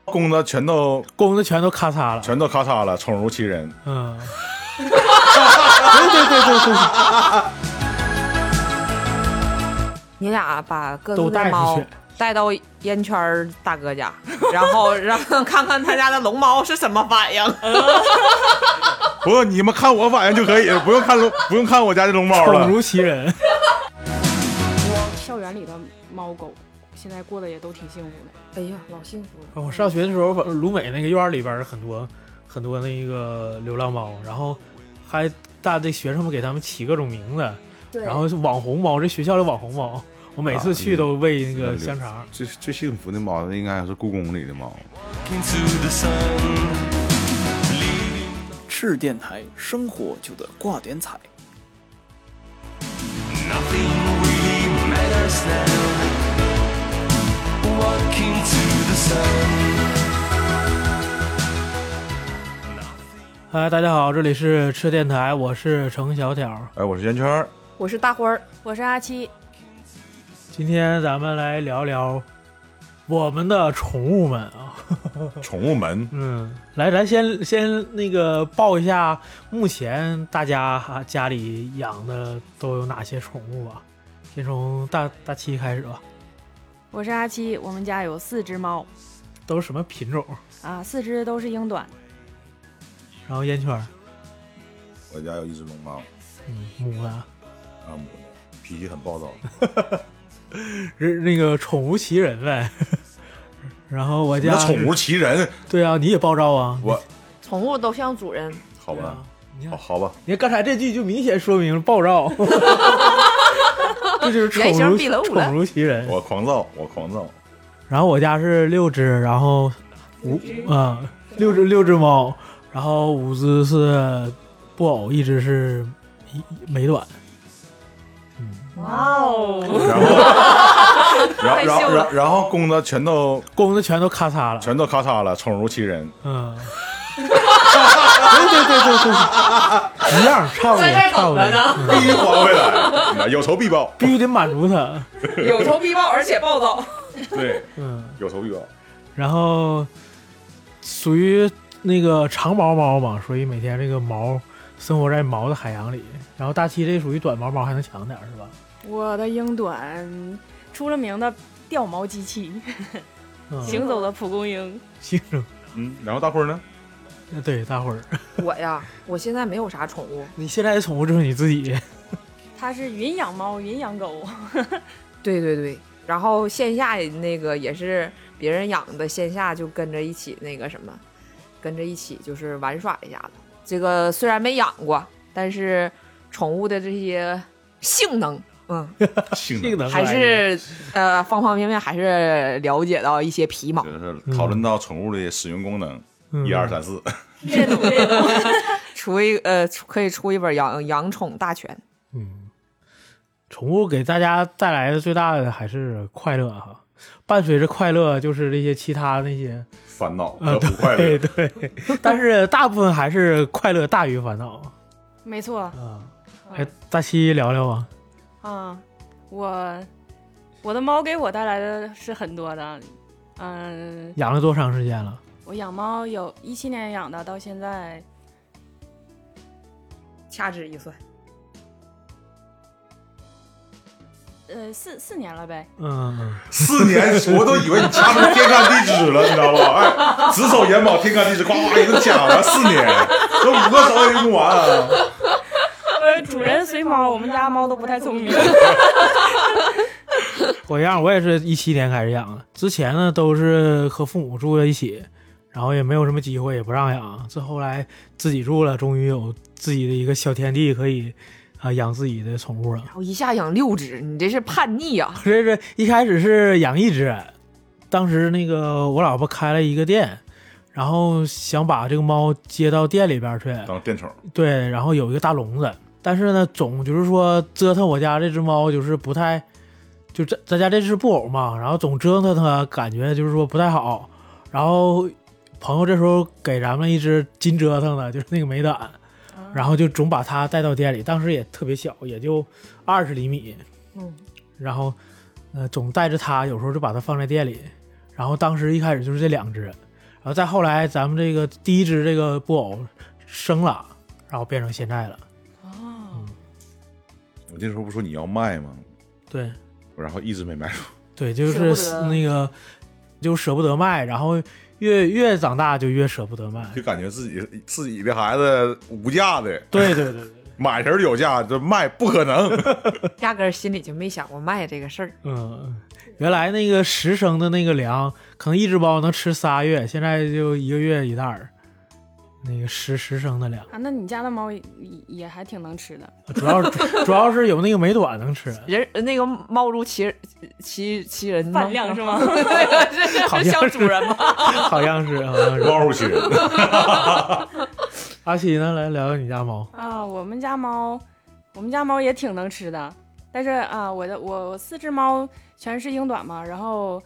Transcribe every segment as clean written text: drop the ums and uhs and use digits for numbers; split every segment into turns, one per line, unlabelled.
公的全都
咔嚓了，
全都咔嚓了，宠如其人。
嗯，对。
你俩把各自的猫
都带出去
带到烟圈大哥家，然后让看看他家的龙猫是什么反应。
不，你们看我反应就可以，不用看我家的龙猫了。
宠如其人。
校园里的猫狗现在过得也都挺幸福的。
哎呀，老幸福了！
我上学的时候，鲁美那个院里边很多那个流浪猫，然后还大的学生们给他们起各种名字，然后是网红猫，这学校的网红猫，我每次去都喂那个香肠。
最幸福的猫应该是故宫里的猫。
赤电台，生活就得挂点彩。
嗨，大家好，这里是赤电台，我是程小条。
我是圆圈，
我是大花儿，
我是阿七。
今天咱们来聊聊我们的宠物们啊，
宠物们。
来，咱先那个报一下，目前大家家里养的都有哪些宠物吧？先从大七开始吧。
我是阿七，我们家有4只猫。
都是什么品种
啊？4只都是英短。
然后烟圈，
我家有1只龙猫，
母的，
母的，脾气很暴躁，
那个宠物奇人呗。然后我家
宠物奇人，
对啊，你也暴躁啊？
我
宠物都像主人，
好吧，好吧。
你看刚才这句就明显说明了暴躁，这就是宠如其人。
我狂躁。
然后我家是6只，然后六只猫。然后5只是布偶，1只是美短。
哇哦！
然后公的全都
咔嚓了，
全都咔嚓了，宠如其人。
对，一样，差不多。
必须还回来，有仇必报，
必须得满足他。
有仇必报，而且暴躁。
对，有仇必报。
然后属于那个长毛猫嘛，所以每天这个毛生活在毛的海洋里。然后大七这属于短毛猫，还能强点是吧？
我的英短出了名的掉毛机器，行走的蒲公英。
行走。
然后大辉呢？
对，大辉。
我现在没有啥宠物。
你现在的宠物就是你自己。
它是云养猫，云养狗。
对。然后线下那个也是别人养的，线下就跟着一起那个什么，跟着一起就是玩耍一下子。这个虽然没养过，但是宠物的这些性能，
性能
还是方方面面还是了解到一些皮毛。
就是讨论到宠物的使用功能，1、2、3、4。
这种
可以出一本养宠大全。
宠物给大家带来的最大的还是快乐哈，伴随着快乐就是这些其他那些
烦恼和不快乐。
对，但是大部分还是快乐大于烦恼。
没错。
大七聊聊吧。
我的猫给我带来的是很多的。
养了多长时间了？
我养猫有17年养的，到现在
掐指一算。
4年了呗。
4年，我都以为你掐出天干地支了，你知道吧？子丑寅卯天干地支，呱呱一顿掐了4年，这5个手也用不完啊。
主人随猫，我们家猫都不太聪明。
我也是17年开始养的，之前呢都是和父母住在一起，然后也没有什么机会，也不让养。这后来自己住了，终于有自己的一个小天地可以养自己的宠物了。
我一下养6只，你这是叛逆啊！
这是一开始是养1只，当时那个我老婆开了一个店，然后想把这个猫接到店里边去
当店宠。对，
然后有一个大笼子，但是呢总就是说折腾我家这只猫，就是不太，就咱家这只布偶嘛，然后总折腾它，感觉就是说不太好。然后朋友这时候给咱们一只金折腾的，就是那个美短，然后就总把它带到店里，当时也特别小，也就20厘米，然后总带着它，有时候就把它放在店里。然后当时一开始就是这2只， 然后再后来咱们这个第一只这个布偶生了，然后变成现在了。
哦，
我那时候不说你要卖吗？
对
然后一直没卖出。
对，就是
舍不得
那个就舍不得卖，然后越长大就越舍不得卖。
就感觉自己的孩子无价的，
对对对对，
买时候有价，这卖不可能。
压根儿心里就没想过卖这个事儿。
嗯，原来那个10升的那个粮，可能一只猫能吃3月，现在就1个月一袋儿。那个10升的粮，
啊，那你家的猫也还挺能吃的。
主要是有那个美短能吃，
人那个猫如其人吗
饭量是吗？
好像是
像主人吗？
好像是。
猫入其人。
阿奇呢，来聊聊你家猫。
啊，我们家猫也挺能吃的，但是啊，我4只猫全是英短嘛，然后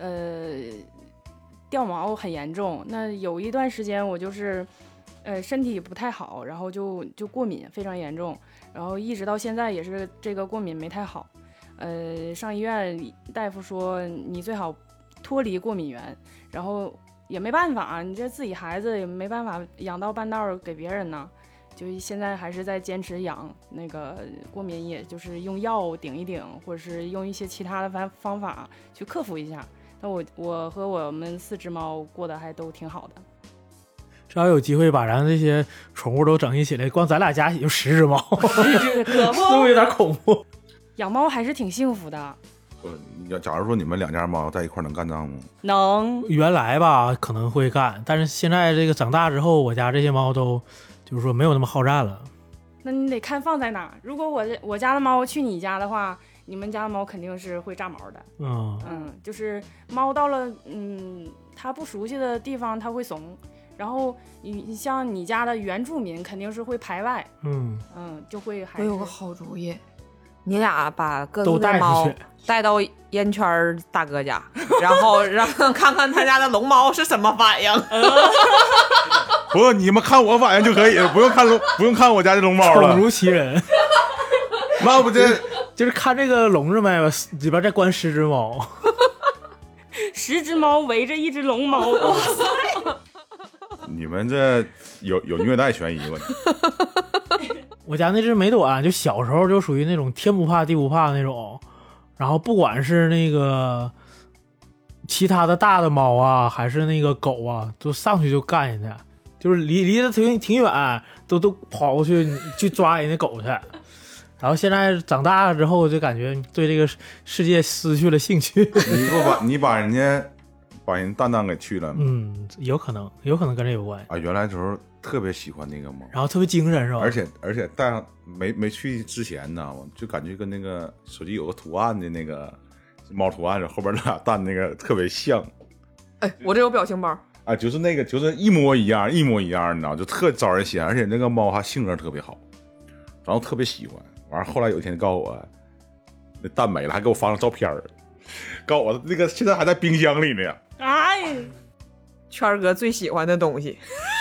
掉毛很严重。那有一段时间我就是身体不太好，然后就过敏非常严重，然后一直到现在也是这个过敏没太好。上医院大夫说你最好脱离过敏源，然后也没办法，你这自己孩子也没办法养到半道给别人呢，就现在还是在坚持养。那个过敏也就是用药顶一顶，或者是用一些其他的方法去克服一下。那我和我们4只猫过得还都挺好的。
只要有机会把咱这些宠物都整一起来，光咱俩家也就10只猫，
可
是不是有点恐怖？
养猫还是挺幸福的。
假如说你们2家猫在一块能干仗吗？
能。
原来吧可能会干，但是现在这个长大之后，我家这些猫都就是说没有那么好战了。
那你得看放在哪儿。如果我家的猫去你家的话，你们家的猫肯定是会炸毛的。就是猫到了它不熟悉的地方它会怂，然后你像你家的原住民肯定是会排外。就会还是。
我有个好主意，你俩把各
都
自的猫
带出去
带到烟圈大哥家，然后让看看他家的龙猫是什么反应。
不，你们看我反应就可以，不用看我家的龙猫了。
宠如其人。
那不这
就是看这个笼子没吧，里边再关10只猫
，10只猫围着一只龙猫。哇塞！
你们这有虐待嫌疑吗？
我家那只美短就小时候就属于那种天不怕地不怕那种，然后不管是那个其他的大的猫啊，还是那个狗啊，都上去就干人家，就是离得挺远，都跑过去抓人家狗去。然后现在长大了之后，就感觉对这个世界失去了兴趣。
你把人蛋蛋给去了吗？
有可能跟这有关系
啊。原来时候特别喜欢那个猫，
然后特别精神是吧？
而且带上没去之前呢，就感觉跟那个手机有个图案的那个猫图案后边那俩蛋那个特别像。
哎，我这有表情包
啊，就是那个就是一模一样，你知道，就特招人喜欢，而且那个猫它性格特别好，然后特别喜欢。完后来有一天告诉我那蛋没了，还给我发张照片告诉我那个现在还在冰箱里呢。
哎，
圈哥最喜欢的东西。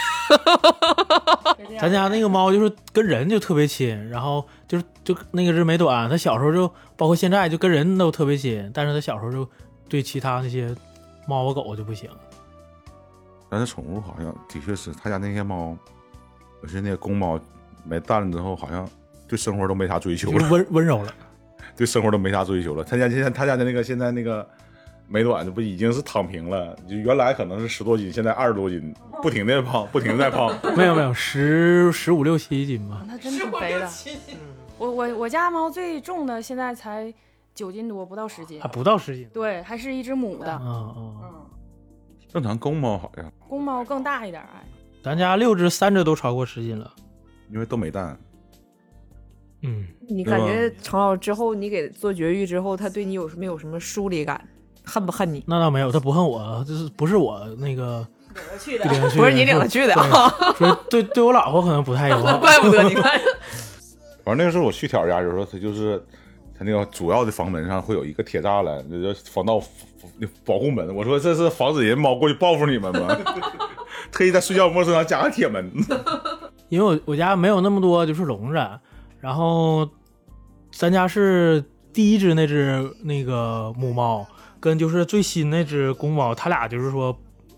咱家那个猫就是跟人就特别亲，然后就那个只美短，它小时候就包括现在就跟人都特别亲，但是它小时候就对其他那些猫和狗就不行。
但是宠物好像的确是他家那些猫，有些那个公猫没蛋了之后，好像对生活都没啥追求了，
就是温柔了，
对生活都没啥追求了。他家的那个现在那个美短不已经是躺平了，就原来可能是10多斤，现在20多斤，不停的胖，不停的在胖。
没有15、16、17斤吧。
那真挺肥的。我家猫最重的现在才9斤多，不到10斤，
还不到10斤。
对，还是一只母的。
正常公猫好像
公猫更大一点。哎，
咱家6只3只都超过10斤了，
因为都没蛋。
你感觉程老之后，你给做绝育之后，他对你没有什么疏离感，恨不恨你？
那倒没有，他不恨我，就是不是我那个
领着去的，
不是你领着去的啊。
对我老婆可能不太友好。
怪不得你看。
反正那个时候我去挑家，就是说他那个主要的房门上会有一个铁栅栏，那叫防盗保护门。我说这是防止人猫过去报复你们吗？特意在睡觉模式上加个铁门。
因为我家没有那么多就是笼子，然后咱家是第一只那个母猫跟就是最新那只公猫，它俩就是说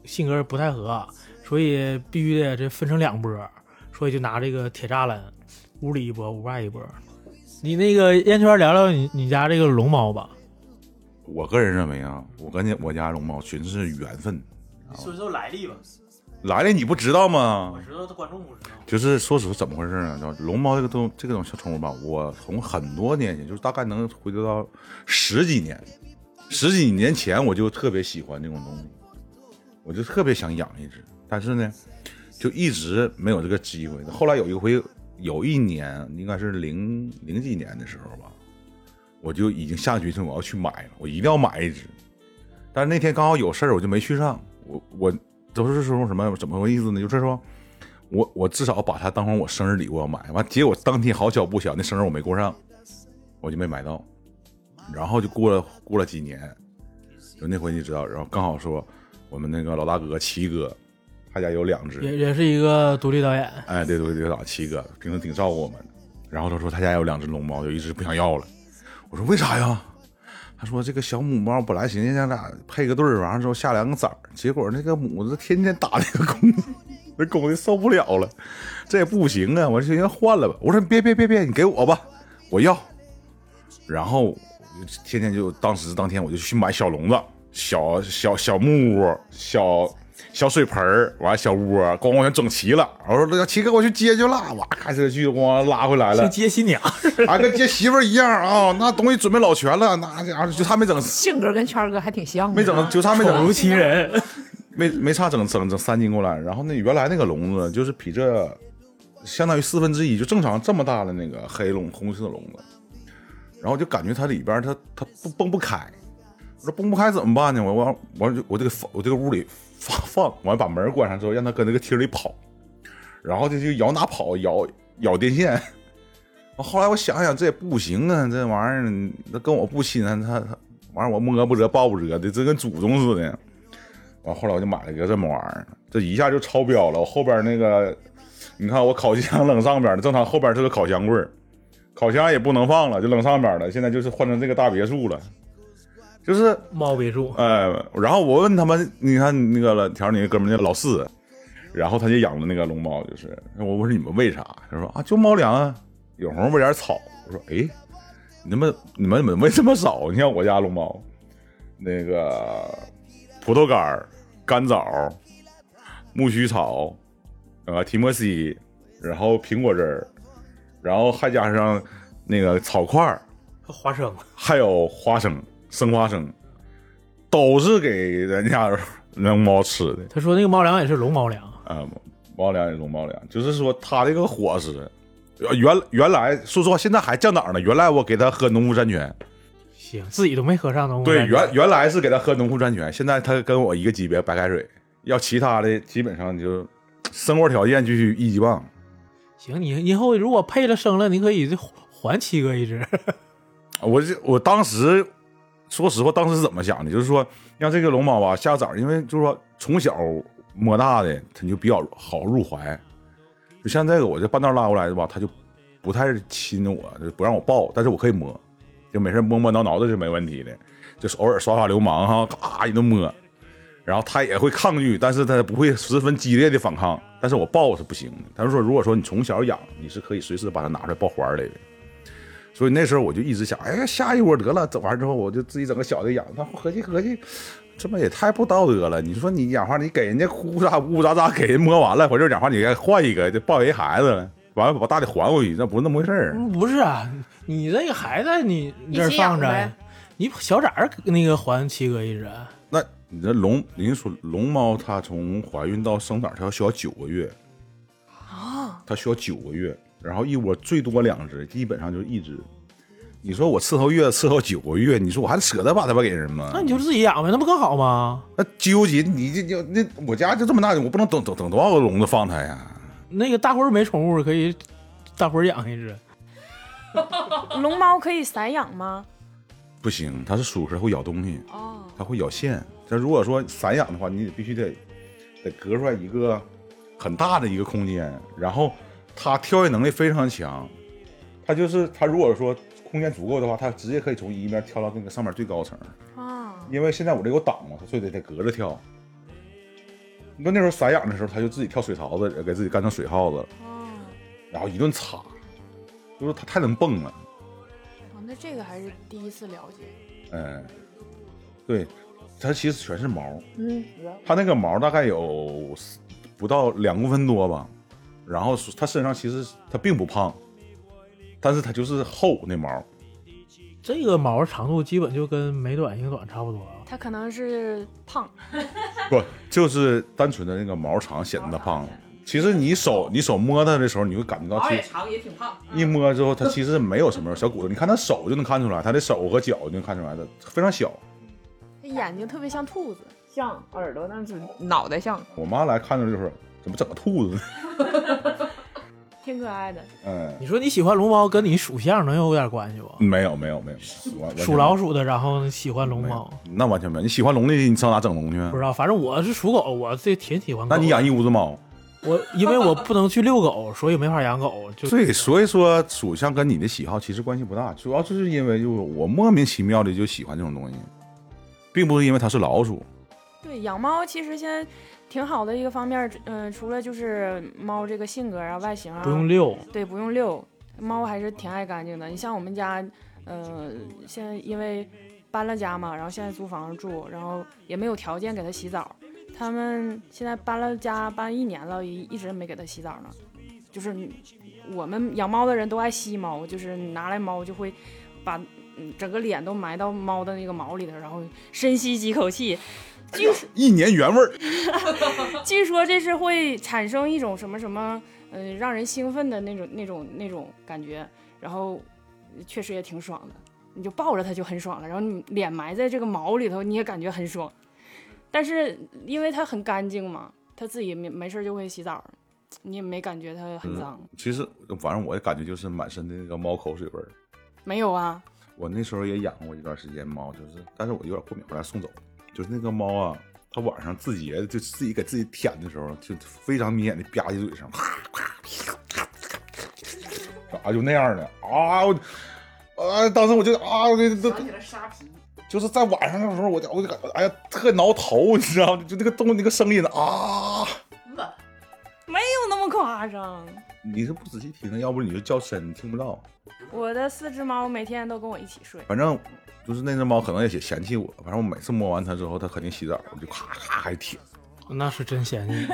性格不太合，所以必须得这分成2波，所以就拿这个铁栅栏，屋里一波，屋外一波。你那个烟圈聊聊你家这个龙猫吧。
我个人认为啊，我跟我家龙猫纯是缘分。
说说来历吧。
来历你不知道吗？
我知道，观众不知道。
就是说实话怎么回事呢？龙猫这种小宠物吧，我从很多年前，就是大概能回头到十几年前，我就特别喜欢这种东西，我就特别想养一只，但是呢，就一直没有这个机会。后来有一年，应该是零几年的时候吧，我就已经下决心我要去买了，我一定要买一只。但是那天刚好有事儿，我就没去上。我都是说怎么个意思呢？就是说我至少把它当成我生日礼物要买，完结果当天好巧不巧，那生日我没过上，我就没买到。然后就过了几年，就那回你知道，然后刚好说我们那个老大哥齐哥，他家有2只，
也是一个独立导演。
哎，对，独立导演齐哥平时挺照顾我们的。然后他说他家有2只龙猫，就一直不想要了。我说为啥呀？他说这个小母猫本来寻思让俩配个对儿，完了之后下2个崽儿，结果那个母子天天打那个公的，那公的受不了了，这也不行啊！我就寻思换了吧。我说别，你给我吧，我要。然后天天就当天我就去买小笼子、小木屋、小水盆儿，完小窝，咣全整齐了。我说齐哥，我去接去了，哇，开车去，咣拉回来了，
像接新娘，
跟接媳妇儿一样啊！那东西准备老全了，那家伙就差没整，
性格跟圈哥还挺像的，
没整，就差没整，
手如其人，
没差整3斤过来。然后那原来那个笼子就是比这相当于1/4，就正常这么大的那个黑笼红色笼子，然后就感觉它里边它蹦不开。我说蹦不开怎么办呢？我这个屋里放完把门关上之后，让它搁那个梯里跑，然后就摇哪跑咬电线。后来我想想这也不行啊，这玩意儿他跟我不亲，他玩意儿我摸不着抱不着的，这跟祖宗似的。完后来我就买了个这么玩意儿，这一下就超标了。我后边那个你看我烤箱扔上边的，正常后边是个烤箱柜，烤箱也不能放了，就扔上边了。现在就是换成这个大别墅了。就是
猫别墅，
然后我问他们，你看那个条你那哥们那老四，然后他就养了那个龙猫，就是我说你们为啥？他说啊，就猫粮啊，有时候喂点草。我说哎，你们喂这么少？你看我家龙猫，那个葡萄干、干枣、苜蓿草，提莫西，然后苹果汁，然后还加上那个草块、
花生，
还有花生。生花生都是给人家龙猫吃的。
他说那个猫粮也是龙猫粮
猫粮也是龙猫粮，就是说他这个伙食，原来说实话现在还降档呢。原来我给他喝农夫山泉，
行，自己都没喝上农夫
对，
山泉。
原来是给他喝农夫山泉，现在他跟我一个级别白开水，要其他的基本上就生活条件就去一级棒。
行，你以后如果配了生了，你可以还7个一只。
我当时。说实话，当时是怎么想的？就是说，让这个龙猫吧下崽，因为就是说从小摸大的，它就比较好入怀。就像这个，我这半道拉过来的吧，它就不太亲我，就不让我抱，但是我可以摸，就没事摸摸挠挠的是没问题的。就是偶尔耍耍流氓哈，咔一顿摸，然后它也会抗拒，但是它不会十分激烈的反抗。但是我抱是不行的。他说，如果说你从小养，你是可以随时把它拿出来抱怀来的。所以那时候我就一直想，哎，下一窝得了，整完之后我就自己整个小的养。他合计，这么也太不道德了。你说你养话，你给人家呜呜喳喳给人摸完了，回这讲话你该换一个，就抱一孩子了，完了把大的还回去，那不是那么回事儿。
不是啊，你这个孩子你这儿放着，你小崽儿那个还7个一只。
那你这您说龙猫它从怀孕到生崽，它要需要9个月啊，它需要9个月。然后一窝最多2只，基本上就是1只。你说我伺候月伺候9个月，你说我还舍得把它给人吗？
那你就自己养呗，那不更好吗？
那纠结你就那我家就这么大，我不能等多少个笼子放它呀？
那个大辉没宠物，可以大辉养一只。
龙猫可以散养吗？
不行，它是属实会咬东西
哦，
它会咬线。但如果说散养的话，你必须得隔出来一个很大的一个空间，然后。它跳跃能力非常强，它如果说空间足够的话，它直接可以从一面跳到那个上面最高层啊。因为现在我这有挡嘛，所以得隔着跳。 不那时候散养的时候，他就自己跳水槽子，给自己干成水耗子，
哦，
然后一顿擦，就是他太能蹦了。
哦，那这个还是第一次了解。
对，它其实全是毛，
嗯，
它那个毛大概有不到2公分多吧，然后它身上其实它并不胖，但是它就是厚那毛。
这个毛长度基本就跟美短、英短差不多啊。
它可能是胖，
不，就是单纯的那个毛长显得它胖。其实你手摸它的时候，你会感觉到
毛也长也挺胖，
一摸之后，它其实没有什么小骨头。你看它手就能看出来，它的手和脚就能看出来的，非常小。
眼睛特别像兔子。
像耳朵那是脑袋像。
我妈来看着就是怎么整个兔子呢？
挺可爱的。
你说你喜欢龙猫，跟你属相能有点关系不？
没有，
属老鼠的，然后喜欢龙猫，
那完全没有。你喜欢龙的，你上哪整龙去？
不知道，反正我是属狗，我这挺喜欢狗。
那你养一屋子猫？
因为我不能去遛狗，所以没法养狗。
对，所以说属相跟你的喜好其实关系不大，主要就是因为就是我莫名其妙的就喜欢这种东西，并不是因为它是老鼠。
对，养猫其实现在挺好的一个方面，除了就是猫这个性格啊、外形啊，
不用遛，
对，不用遛，猫还是挺爱干净的。你像我们家，现在因为搬了家嘛，然后现在租房住，然后也没有条件给它洗澡。他们现在搬了家，搬1年了，一直没给它洗澡呢。就是我们养猫的人都爱吸猫，就是拿来猫就会把整个脸都埋到猫的那个毛里头，然后深吸几口气。
1年原味儿。
据说这是会产生一种什么什么，让人兴奋的那种感觉，然后确实也挺爽的。你就抱着它就很爽了，然后你脸埋在这个毛里头，你也感觉很爽。但是因为它很干净嘛，它自己没事就会洗澡，你也没感觉它很脏。
其实反正我的感觉就是满身的那个猫口水味儿。
没有啊，
我那时候也养过一段时间猫，但是我有点过敏，后来送走了。就是那个猫啊，它晚上自己就自己给自己舔的时候，就非常明显的吧唧嘴上，就那样的啊！当时我就
想起了沙皮，
就是在晚上的时候，我就感觉哎呀特挠头，你知道吗？就那个动那个声音啊，
没有那么夸张。
你是不仔细听，要不你就叫声，你听不到。
我的4只猫每天都跟我一起睡，
反正就是那只猫可能也嫌弃我，反正我每次摸完它之后，它肯定洗澡，我就咔咔还舔。
那是真嫌弃。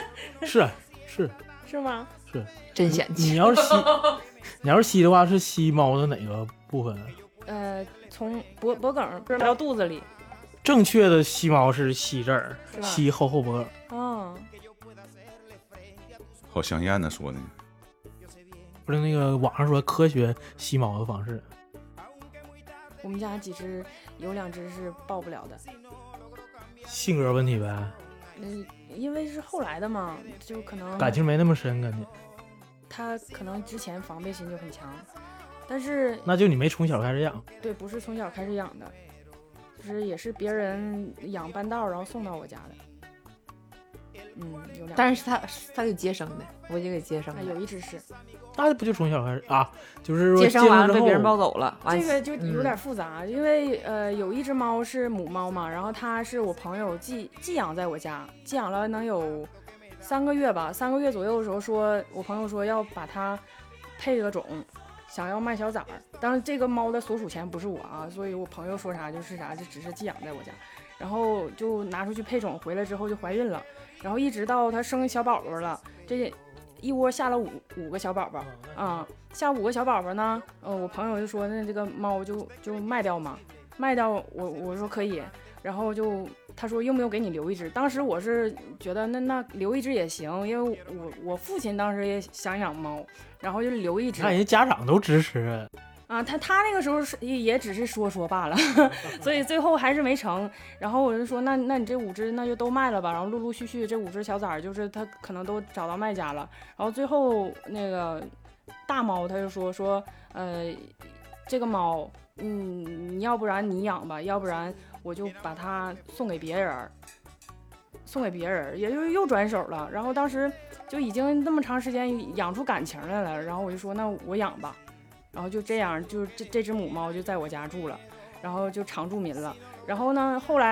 是吗？
是
真嫌弃。
你要是吸的话，是吸猫的哪个部分？
从脖梗到肚子里。
正确的吸猫是吸这儿，吸后脖梗。
哦，
好香艳呢，说的。
不是那个网上说科学吸猫的方式。
我们家几只有2只是抱不了的，
性格问题呗。
因为是后来的嘛，就可能
感情没那么深跟你。
他可能之前防备心就很强，但是
那就你没从小开始养。
对，不是从小开始养的，就是也是别人养半道然后送到我家的。有2只，
但是他给接生的，我就给接生的。
有1只是，
那不就从小开始啊？就是
接生完了
之后
被别人抱走了，
这个就有点复杂，因为有1只猫是母猫嘛，然后它是我朋友寄养在我家，寄养了能有3个月吧，3个月左右的时候我朋友说要把它配个种，想要卖小崽儿。当然这个猫的所属权不是我啊，所以我朋友说啥就是啥，这只是寄养在我家，然后就拿出去配种，回来之后就怀孕了，然后一直到它生小宝宝了，这一窝下了五个小宝宝啊，下5个小宝宝呢，我朋友就说那这个猫就卖掉嘛，卖掉我说可以，然后他说用不用给你留1只？当时我是觉得那留1只也行，因为我父亲当时也想养猫，然后就留1只。
那人家长都支持
啊，他那个时候也只是说罢了，所以最后还是没成。然后我就说，那你这5只那就都卖了吧。然后陆陆续续这5只小崽儿，就是他可能都找到卖家了。然后最后那个大猫他就说，这个猫，你要不然你养吧，要不然我就把它送给别人，也就是又转手了。然后当时就已经那么长时间养出感情来了，然后我就说那我养吧。然后就这样，就这只母猫就在我家住了，然后就常住民了。然后呢，后来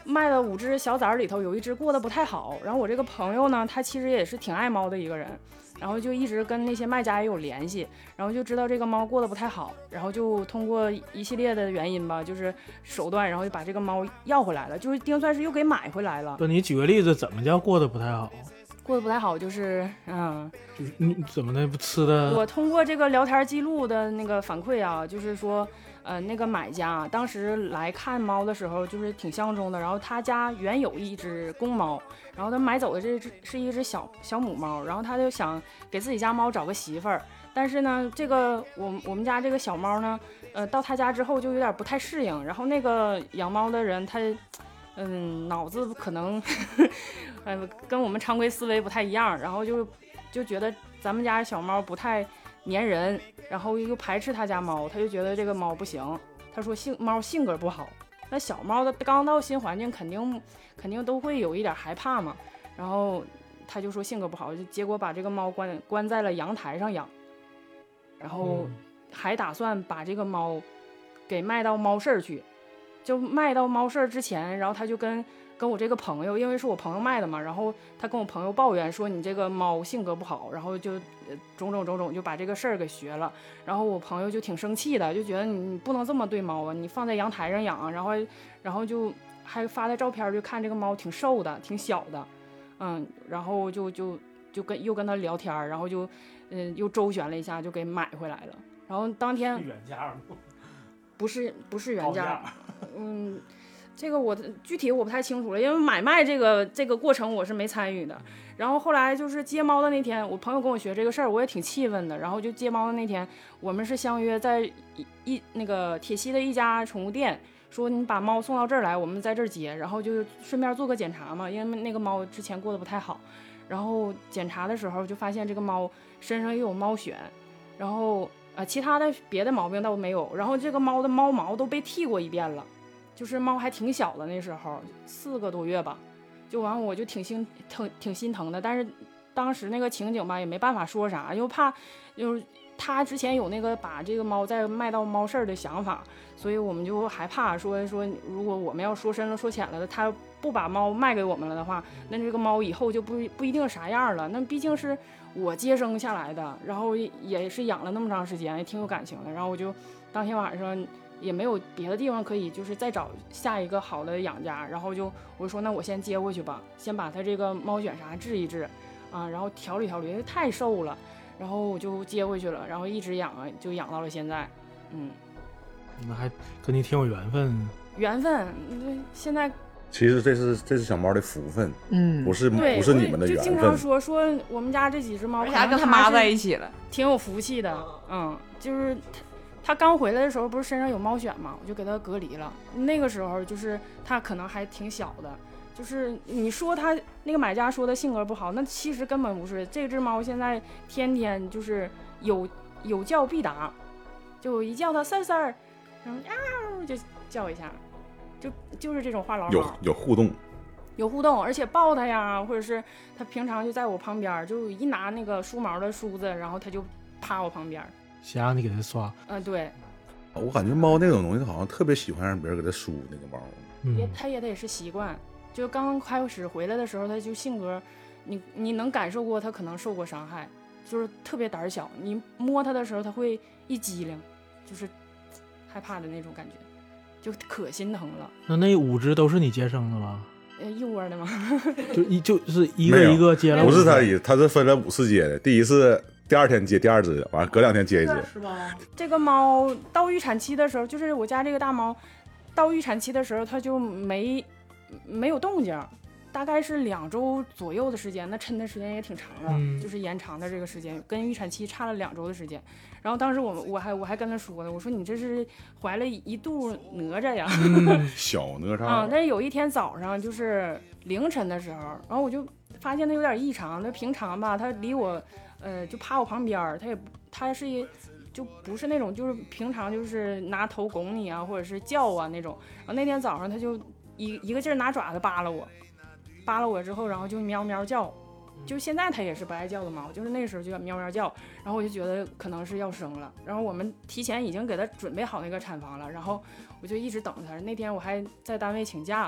卖的5只小崽儿里头有1只过得不太好，然后我这个朋友呢，他其实也是挺爱猫的一个人，然后就一直跟那些卖家也有联系，然后就知道这个猫过得不太好，然后就通过一系列的原因吧，就是手段，然后就把这个猫要回来了，就是丁算是又给买回来了。
不，你举个例子，怎么叫过得不太好？
过得不太好就是
就是你怎么的不吃的？
我通过这个聊天记录的那个反馈啊，就是说那个买家当时来看猫的时候就是挺相中的，然后他家原有1只公猫，然后他买走的这是一只小母猫，然后他就想给自己家猫找个媳妇儿，但是呢这个我们家这个小猫呢到他家之后就有点不太适应，然后那个养猫的人他脑子可能跟我们常规思维不太一样，然后就觉得咱们家小猫不太粘人，然后又排斥他家猫，他就觉得这个猫不行，他说猫性格不好，那小猫的刚到新环境肯定都会有一点害怕嘛，然后他就说性格不好，就结果把这个猫关在了阳台上养，然后还打算把这个猫给卖到猫市去，就卖到猫市之前，然后他就跟我这个朋友，因为是我朋友卖的嘛，然后他跟我朋友抱怨说你这个猫性格不好，然后就种种就把这个事儿给学了，然后我朋友就挺生气的，就觉得你不能这么对猫啊，你放在阳台上养，然后就还发的照片，就看这个猫挺瘦的挺小的，然后就跟他聊天，然后就又周旋了一下就给买回来了，然后当天
原价吗？
不是原价，这个我具体我不太清楚了，因为买卖这个过程我是没参与的。然后后来就是接猫的那天，我朋友跟我学这个事儿，我也挺气愤的。然后就接猫的那天，我们是相约在那个铁西的一家宠物店，说你把猫送到这儿来，我们在这儿接，然后就顺便做个检查嘛，因为那个猫之前过得不太好。然后检查的时候就发现这个猫身上又有猫癣，然后其他的别的毛病倒没有，然后这个猫的猫毛都被剃过一遍了。就是猫还挺小的，那时候4个多月吧，就完我就挺心疼的，但是当时那个情景吧也没办法说啥，又怕就是他之前有那个把这个猫再卖到猫市的想法，所以我们就害怕说如果我们要说深了说浅了的，他不把猫卖给我们了的话，那这个猫以后就不一定啥样了，那毕竟是我接生下来的，然后也是养了那么长时间，也挺有感情的，然后我就当天晚上也没有别的地方可以就是再找下一个好的养家，然后我说那我先接过去吧，先把它这个猫癣啥治一治啊，然后调理，因为太瘦了，然后我就接回去了，然后一直养就养到了现在。
你们还跟你挺有缘分。
现在
其实这是小猫的福分，不是你们的缘分。
就经常说我们家这几只猫，
而且还跟他妈在一起了，
挺有福气的。就是他刚回来的时候不是身上有猫癣嘛，我就给他隔离了。那个时候就是他可能还挺小的，就是你说他那个买家说的性格不好，那其实根本不是。这只猫现在天天就是有叫必答，就一叫它丝儿，然后就叫一下，就是这种话痨猫。
有互动，
而且抱它呀，或者是它平常就在我旁边，就一拿那个梳毛的梳子，然后它就趴我旁边。
想让你给它刷。
对。
我感觉猫那种东西好像特别喜欢让别人给它梳那个毛。
它也得是习惯。就刚开始回来的时候，它就性格，你能感受过它可能受过伤害，就是特别胆小。你摸它的时候，它会一激灵，就是害怕的那种感觉，就可心疼了。
那5只都是你接生的吗？
一窝的吗？
就是一个一个接了。
不是他是分了5次接的，第一次。第2天接第2只，完了隔2天接一只。
是吗？
这个猫到预产期的时候，就是我家这个大猫，到预产期的时候，它就没有动静，大概是2周左右的时间，那抻的时间也挺长了，就是延长的这个时间，跟预产期差了2周的时间。然后当时我还跟他说呢，我说你这是怀了一肚哪吒呀，
小哪吒。
但是有一天早上就是凌晨的时候，然后我就发现它有点异常，那平常吧，它离我。就趴我旁边，它就不是那种就是平常就是拿头拱你啊，或者是叫啊那种。然后那天早上它就一个劲儿拿爪子扒拉我之后，然后就喵喵叫。就现在它也是不爱叫的猫，就是那时候就喵喵叫。然后我就觉得可能是要生了，然后我们提前已经给它准备好那个产房了，然后我就一直等它。那天我还在单位请假了，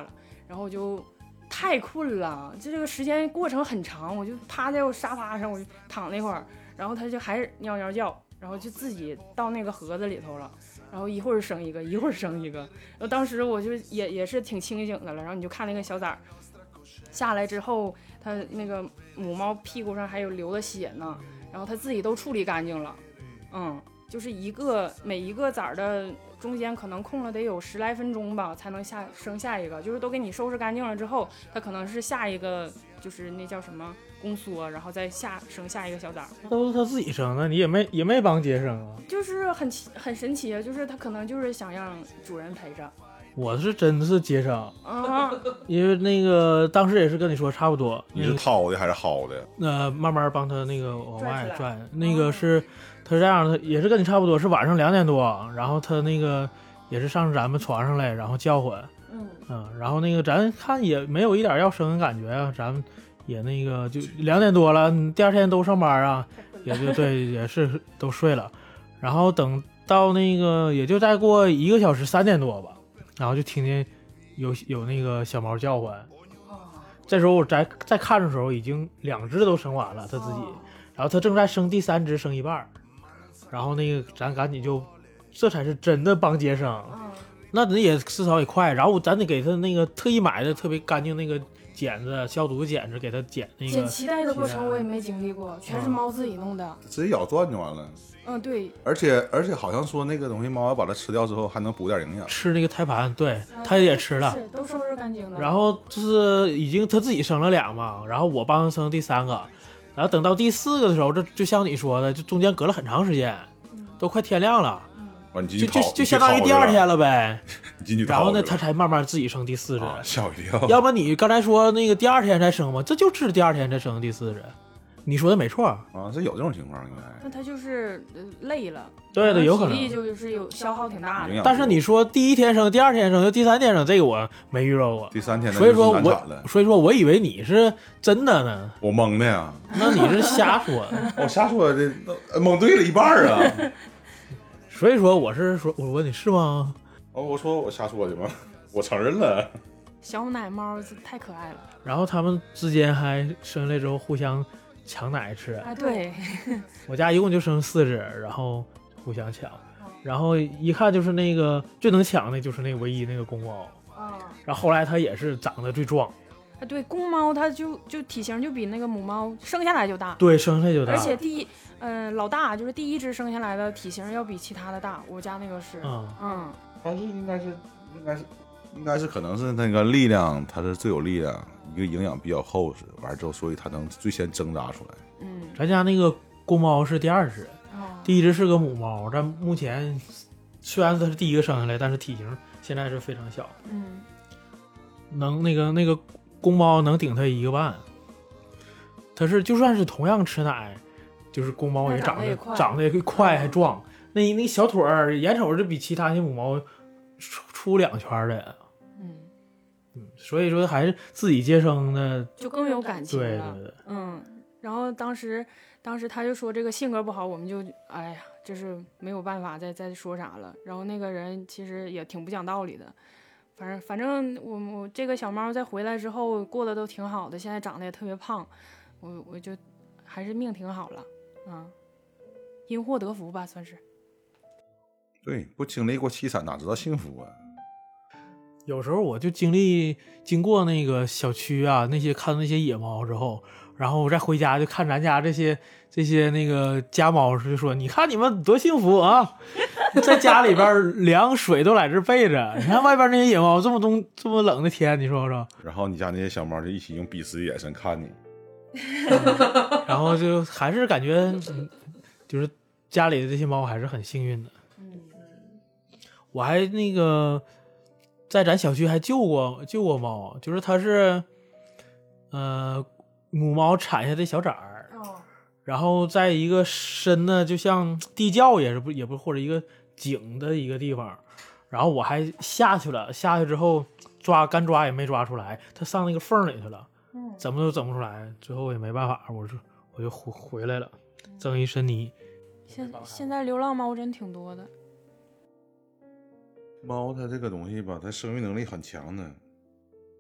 然后我就太困了，这个时间过程很长，我就趴在我沙发上，我就躺那会儿，然后它就还是尿尿叫，然后就自己到那个盒子里头了，然后一会儿生一个，一会儿生一个，然后当时我就也是挺清醒的了，然后你就看那个小崽儿下来之后，它那个母猫屁股上还有流的血呢，然后它自己都处理干净了，就是每一个崽儿的中间可能空了得有10来分钟吧，才能生下一个，就是都给你收拾干净了之后，它可能是下一个就是那叫什么宫缩，然后再生下一个小崽儿，
都是他自己生的，你也没帮接生啊。
就是很神奇啊，就是它可能就是想让主人陪着。
我是真的是接生，
啊，
因为那个当时也是跟你说差不多，
你是掏的还是薅的？
慢慢帮他那个往外
拽出
拽，那个是他这样，他也是跟你差不多，是晚上2点多，然后他那个也是上咱们床上来，然后叫唤，然后那个咱看也没有一点要生的感觉啊，咱们也那个就2点多了，第二天都上班啊，也就对，也是都睡了，然后等到那个也就再过1个小时3点多吧，然后就听见有那个小猫叫唤，这时候我再看的时候，已经2只都生完了，他自己，然后他正在生第3只，生一半，然后那个咱赶紧就，这才是真的帮接生，那咱也至少也快，然后咱得给他那个特意买的特别干净那个剪子，消毒剪子给他剪那个。
剪脐带的过程我也没经历过，全是猫自己弄的。
直接咬断就完了。
对。
而且好像说那个东西猫要把它吃掉之后还能补点营养。
吃那个胎盘，对，他也吃了，
都收拾干净了。
然后就是已经他自己生了2嘛，然后我帮他生第3个，然后等到第4个的时候，这就像你说的，就中间隔了很长时间，都快天亮了。就相当于第2天了呗，然后呢，他才慢慢自己生第4只，
吓我一跳。
要不你刚才说那个第2天才生吗？这就是第2天才生第4只，你说的没错
啊，这有这种情况应该。
那他就是累了，
对的，有可能
体力就是有消耗挺大的。
但是你说第1天生、第2天生、就第3天生，这个我没遇到过。
第3天
所以说我以为你是真的呢，
我蒙的呀。
那你是瞎说的，
我瞎说的，蒙对了一半啊。
所以说我问你是吗？
我说我瞎说的吗？我承认了。
小奶猫太可爱了。
然后他们之间还生下来之后互相抢奶吃
啊，对。
我家一共就生4只，然后互相抢，然后一看就是那个最能抢的就是那唯一那个公猫然后后来它也是长得最壮。
对，公猫它就体型就比那个母猫生下来就大，
对，生下来就大，
而且老大就是第1只生下来的体型要比其他的大，我家那个是，
它是应该是可能是那个力量，它是最有力量，一个营养比较厚实，完之后所以它能最先挣扎出来。
咱家那个公猫是第2只，第1只是个母猫，但目前虽然它是第1个生下来，但是体型现在是非常小，能那个公猫能顶它1个半，它是就算是同样吃奶，就是公猫也长得也快还壮，那小腿儿眼瞅着比其他些母猫出2圈的，所以说还是自己接生的
就更有感情
了，对，
然后当时他就说这个性格不好，我们就哎呀，就是没有办法再说啥了。然后那个人其实也挺不讲道理的，反正我这个小猫在回来之后过得都挺好的，现在长得也特别胖，我就还是命挺好了，因祸得福吧，算是。
对，不经历过凄惨哪知道幸福啊。
有时候我就经过那个小区啊，看那些野猫之后，然后我再回家就看咱家这些那个家猫，就说你看你们多幸福啊，在家里边凉水都在这备着，你看外边那些野猫这么冷的天，你说说。
然后你家那些小猫就一起用鄙视的眼神看你，
然后就还是感觉就是家里的这些猫还是很幸运的。我还那个在咱小区还救过猫，就是它是母猫产下的小崽儿，然后在一个深的就像地窖也不或者一个井的一个地方，然后我还下去了，下去之后干抓也没抓出来，它上那个缝里去了，怎么都整不出来，最后也没办法，我就回来了，挣一身泥。
现在流浪猫真挺多的。
猫它这个东西吧，它生育能力很强的，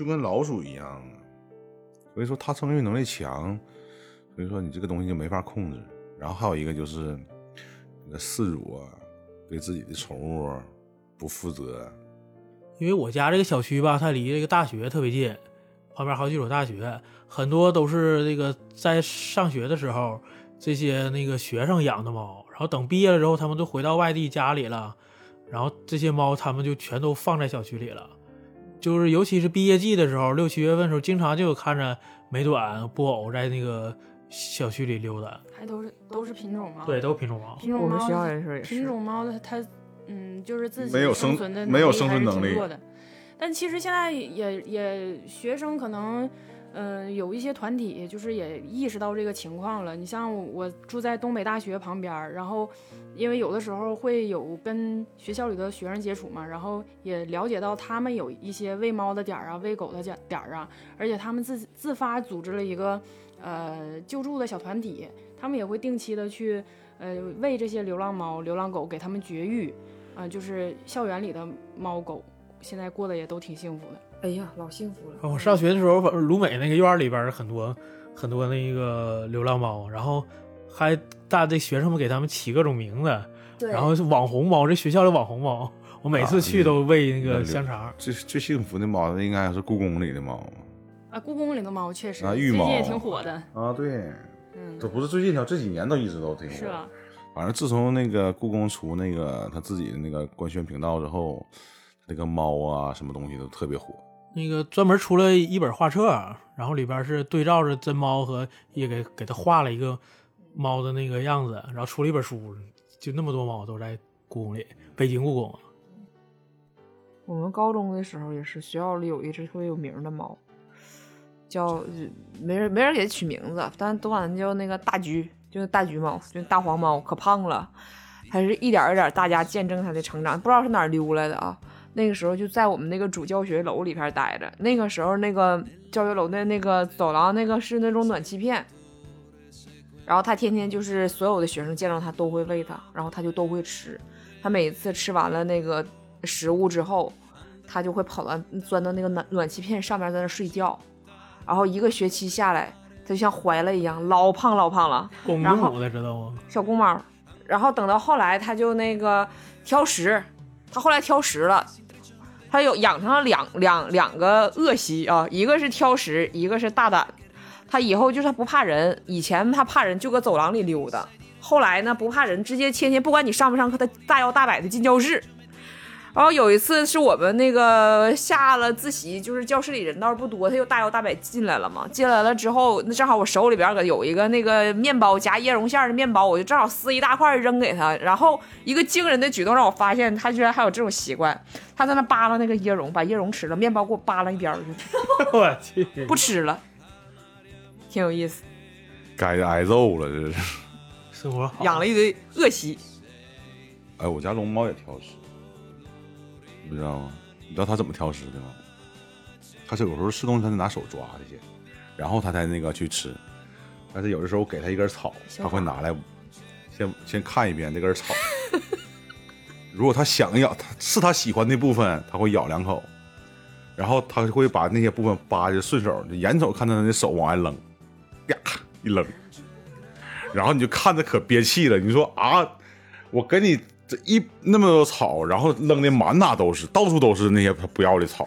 就跟老鼠一样啊。所以说它生育能力强，所以说你这个东西就没法控制。然后还有一个就是那个饲乳啊，对自己的宠物不负责。
因为我家这个小区吧，它离这个大学特别近，旁边好几所大学，很多都是那个在上学的时候，这些那个学生养的猫，然后等毕业了之后，他们都回到外地家里了，然后这些猫他们就全都放在小区里了。就是尤其是毕业季的时候，6、7月份的时候，经常就有看着美短、布偶在那个小区里溜达。
还都是品种猫。
对，都是品种猫。
品种猫
我们学校也是
品种猫的它就是自己
没有
生存的
没有
能力还是
生存能力
挺弱的。但其实现在也学生可能有一些团体就是也意识到这个情况了。你像我住在东北大学旁边，然后因为有的时候会有跟学校里的学生接触嘛，然后也了解到他们有一些喂猫的点儿啊，喂狗的点儿啊，而且他们自发组织了一个救助的小团体，他们也会定期的去喂这些流浪猫、流浪狗，给他们绝育就是校园里的猫狗现在过得也都挺幸福的。
哎呀，老幸福了。
我上学的时候，鲁美那个院里边很多那个流浪猫，然后还这学生们给他们起各种名字，
对，
然后是网红猫，这学校的网红猫，我每次去都喂那个香肠。
最幸福的猫应该是故宫里的猫
故宫里的猫确实
玉猫
最近也挺火的
啊。对，这不是最近这几年都一直都挺火。
是吧？
反正自从那个故宫出那个他自己的那个官宣频道之后，那个猫啊什么东西都特别火。
那个专门出了一本画册，然后里边是对照着真猫和也给他画了一个猫的那个样子，然后出了一本书，就那么多猫都在故宫里，北京故宫。
我们高中的时候也是，学校里有一只特别有名的猫，叫没人给它取名字，但都管它叫那个大橘，就是大橘猫，就是大黄猫，可胖了，还是一点一点大家见证它的成长，不知道是哪儿溜来的啊。那个时候就在我们那个主教学楼里边待着，那个时候那个教学楼的那个走廊那个是那种暖气片，然后他天天就是所有的学生见到他都会喂他，然后他就都会吃，他每次吃完了那个食物之后，他就会钻到那个暖气片上面在那睡觉，然后一个学期下来他就像怀了一样，老胖了，
公母的知道吗？
小公猫。然后等到后来他就那个挑食，他后来挑食了，他养成了两个恶习啊，一个是挑食，一个是大胆。他以后就是他不怕人，以前他怕人就搁走廊里溜达，后来呢不怕人，直接天天不管你上不上课，他大摇大摆的进教室。然后有一次是我们那个下了自习，就是教室里人倒是不多，他就大摇大摆进来了嘛。进来了之后，那正好我手里边有一个那个面包夹椰蓉馅的面包，我就正好撕一大块扔给他。然后一个惊人的举动让我发现他居然还有这种习惯，他在那扒拉那个椰蓉，把椰蓉吃了，面包给我扒拉一边去，
我去，
不吃了，挺有意思。
该挨揍了，这是
生活好，
养了一堆恶习。
哎，我家龙猫也挑食。你知道吗？你知道他怎么挑食的吗？他是有时候吃东西他就拿手抓这些，然后他才那个去吃。但是有的时候给他一根草，他会拿来先看一遍这根草。如果他想咬，他喜欢的部分，他会咬2口，然后他会把那些部分扒着顺手，眼瞅看他的手往外扔，啪一扔，然后你就看着可憋气了。你说啊，我给你。那么多草，然后扔的满哪都是，到处都是那些他不要的草。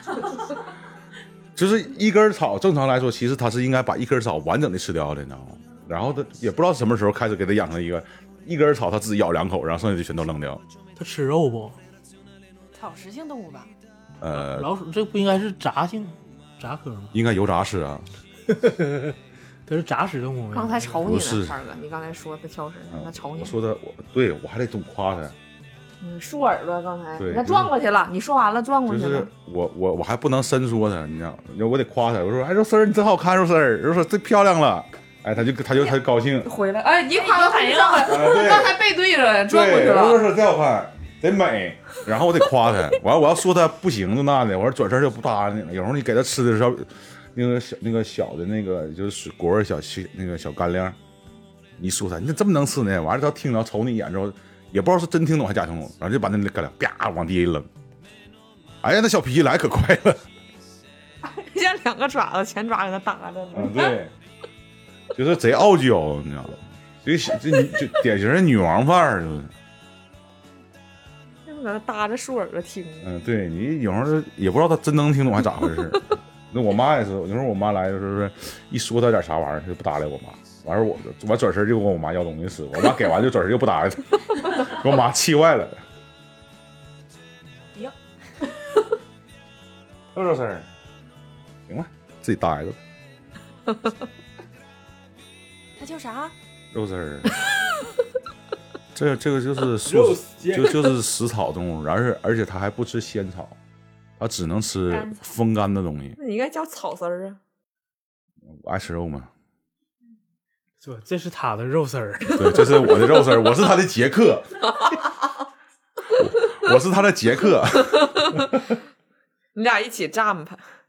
就是一根草，正常来说，其实他是应该把一根草完整的吃掉的，你知道吗？然后他也不知道什么时候开始给他养成一根草，他自己咬2口，然后剩下的全都扔掉。
他吃肉不？
草食性动物吧？
老鼠这不应该是杂科吗？
应该油炸吃啊。
这是杂食动物。
刚才瞅你呢，
是
二哥，你刚才说他挑食，他瞅你。
我说的，我还得总夸他。
竖耳朵，刚才
对，
他转过去了，你说完了转过去了。
就是我还不能深说他，你知道，我得夸他。我说，哎，肉丝儿你真好看，肉丝儿，肉丝儿最漂亮了。哎，他就高兴。
回来，哎，你夸他反应了，刚才背对着转过去了。
肉丝儿真好看，得美。然后我得夸他，完我要说他不行就那的，我说转身就不搭理你了。有时候你给他吃的时候。那个小的那个就是水果味那个小干粮，你说他你怎么这么能吃呢？完了他听着瞅你一眼之后，也不知道是真听懂还假听懂，然后就把那干粮啪往地下一扔。哎呀，那小脾气来可快了。
像2个爪子，前爪搁那搭着呢。
对，就是贼傲娇，你知道吗？就典型的女王范儿，就是。
搁那搭着竖耳朵听。
对你有时候也不知道他真能听懂还咋回事。那我妈也是，有时候我妈来就是一说她点啥玩意儿，她就不搭理我妈。完事我转身就跟我妈要东西吃，我妈给完就转身就不搭理她，给我妈气坏了。
呀，
肉丝儿，行了，自己搭一个。
他叫啥？
肉丝儿。这个就是就是食草动物，而且它还不吃鲜草，它只能吃风干的东西。
那你应该叫草丝儿啊。
我爱吃肉嘛。
这是他的肉丝儿。
对，这是我的肉丝儿，我是他的杰克。我是他的杰克。
你俩一起站吧。